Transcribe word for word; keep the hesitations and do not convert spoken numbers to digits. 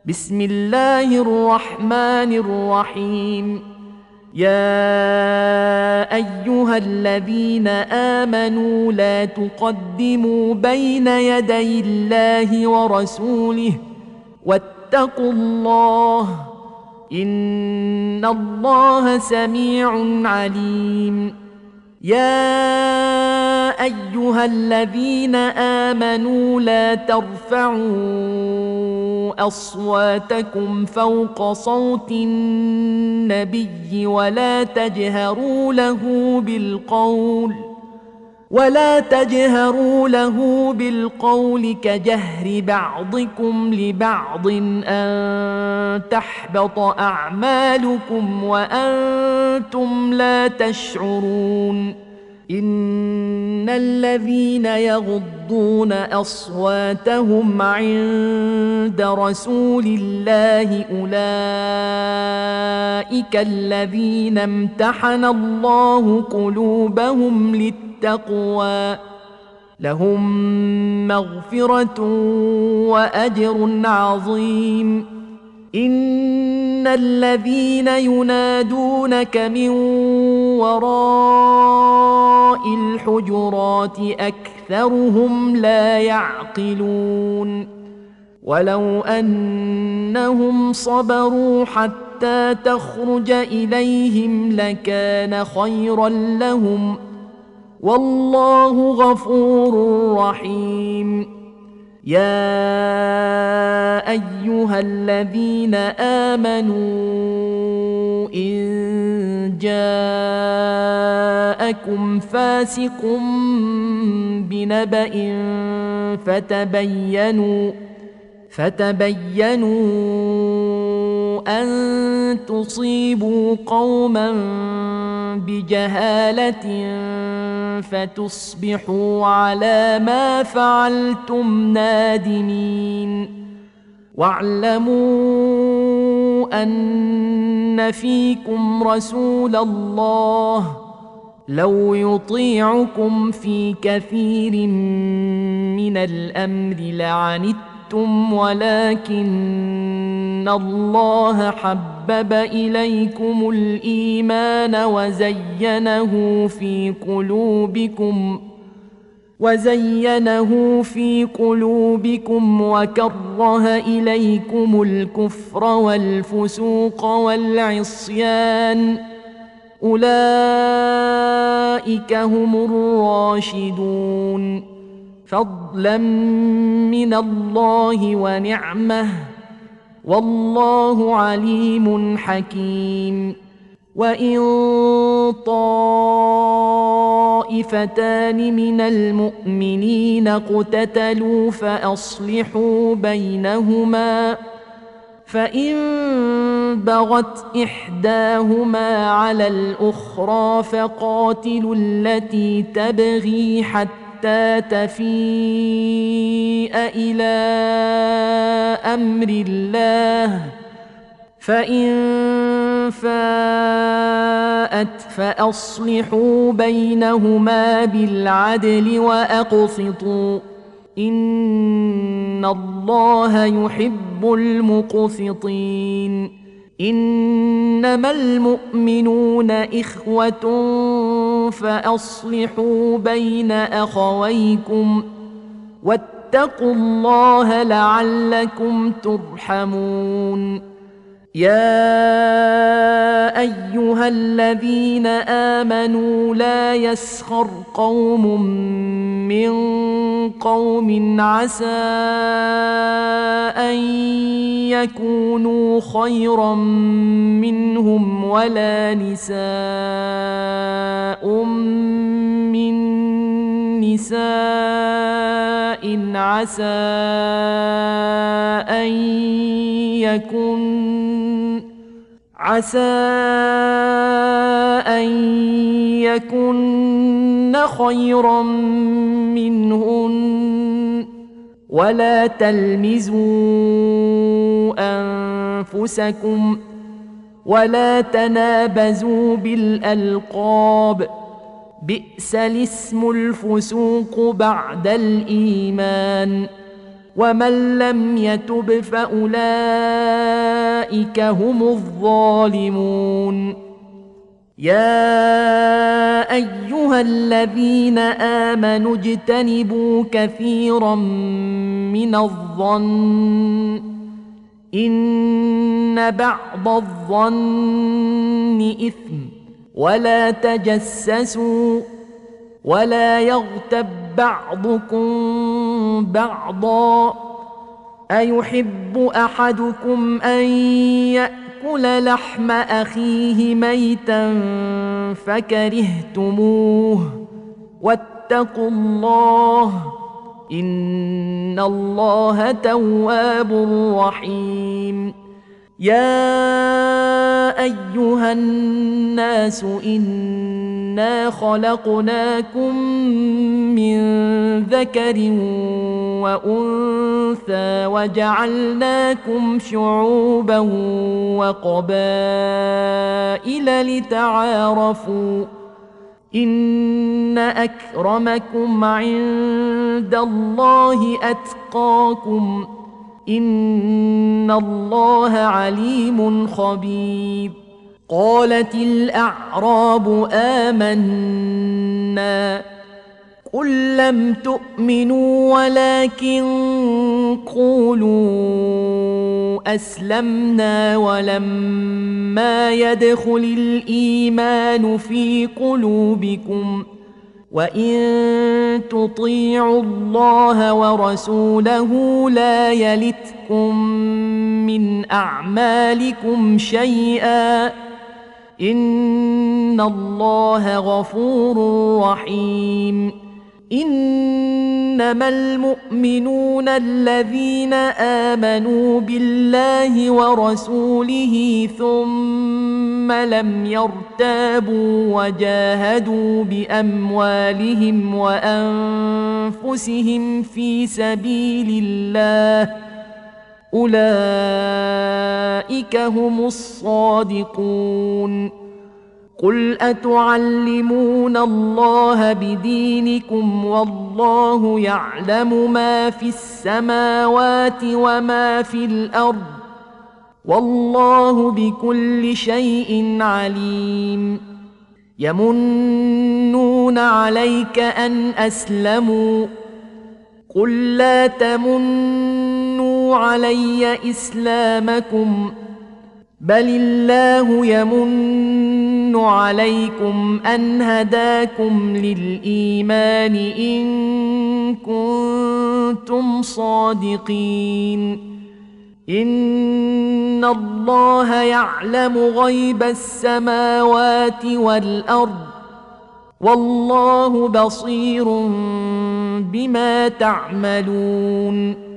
بسم الله الرحمن الرحيم. يا أيها الذين آمنوا لا تقدموا بين يدي الله ورسوله واتقوا الله إن الله سميع عليم. يا أيها الذين آمنوا لا ترفعوا أصواتكم فوق صوت النبي ولا تجهروا له بالقول ولا تجهروا له بالقول كجهر بعضكم لبعض أن تحبط أعمالكم وأنتم لا تشعرون. إن الذين يغضون أصواتهم عند رسول الله أولئك الذين امتحن الله قلوبهم للتقوى لهم مغفرة وأجر عظيم. إن الذين ينادونك من وراء الحجرات أكثرهم لا يعقلون. ولو أنهم صبروا حتى تخرج إليهم لكان خيرا لهم والله غفور رحيم. يا أيها الذين آمنوا إن جاءكم فاسق بنبأ فتبينوا فتبينوا أن تصيبوا قوما بجهالة فتصبحوا على ما فعلتم نادمين. واعلموا أن فيكم رسول الله لو يطيعكم في كثير من الأمر لعنتم ولكن الله حبب إليكم الإيمان وزينه في قلوبكم وزينه في قلوبكم وكره إليكم الكفر والفسوق والعصيان أولئك هم الراشدون فضلا من الله ونعمه والله عليم حكيم. وإن طائفتان من المؤمنين اقتتلوا فأصلحوا بينهما فإن بغت إحداهما على الأخرى فقاتلوا التي تبغي حتى تفيء إلى أمر الله فإن فاءت فأصلحوا بينهما بالعدل وأقسطوا إن الله يحب المقسطين. إنما المؤمنون إخوة فأصلحوا بين أخويكم واتقوا الله لعلكم ترحمون. يا أيها الذين آمنوا لا يسخر قوم من قوم عسى أن يكونوا خيرا منهم ولا نساء من نساء عسى أن يكن عسى أن يكن خيرا منهن ولا تلمزوا أنفسكم ولا تنابزوا بالألقاب بئس الاسم الفسوق بعد الإيمان ومن لم يتب فأولئك هم الظالمون. يا أيها الذين آمنوا اجتنبوا كثيرا من الظن إن بعض الظن إثم ولا تجسسوا ولا يغتب بعضكم بعضا أيحب أحدكم أن يأكل لحم أخيه ميتا فكرهتموه واتقوا الله إن الله تواب رحيم. يا أيها الناس إنا خلقناكم من ذكر وأنثى وجعلناكم شعوبا وقبائل لتعارفوا إن أكرمكم عند الله أتقاكم إن الله عليم خبير. قالت الأعراب آمنا قل لم تؤمنوا ولكن قولوا أسلمنا ولما يدخل الإيمان في قلوبكم وإن تطيعوا الله ورسوله لا يلتكم من أعمالكم شيئا إن الله غفور رحيم. إنما المؤمنون الذين آمنوا بالله ورسوله ثم لم يرتابوا وجاهدوا بأموالهم وأنفسهم في سبيل الله أولئك هم الصادقون. قل أتعلمون الله بدينكم والله يعلم ما في السماوات وما في الأرض والله بكل شيء عليم. يمنون عليك أن أسلموا قل لا تمنوا علي إسلامكم بل الله يمن عليكم أن هداكم للإيمان إن كنتم صادقين. إن الله يعلم غيب السماوات والأرض والله بصير بما تعملون.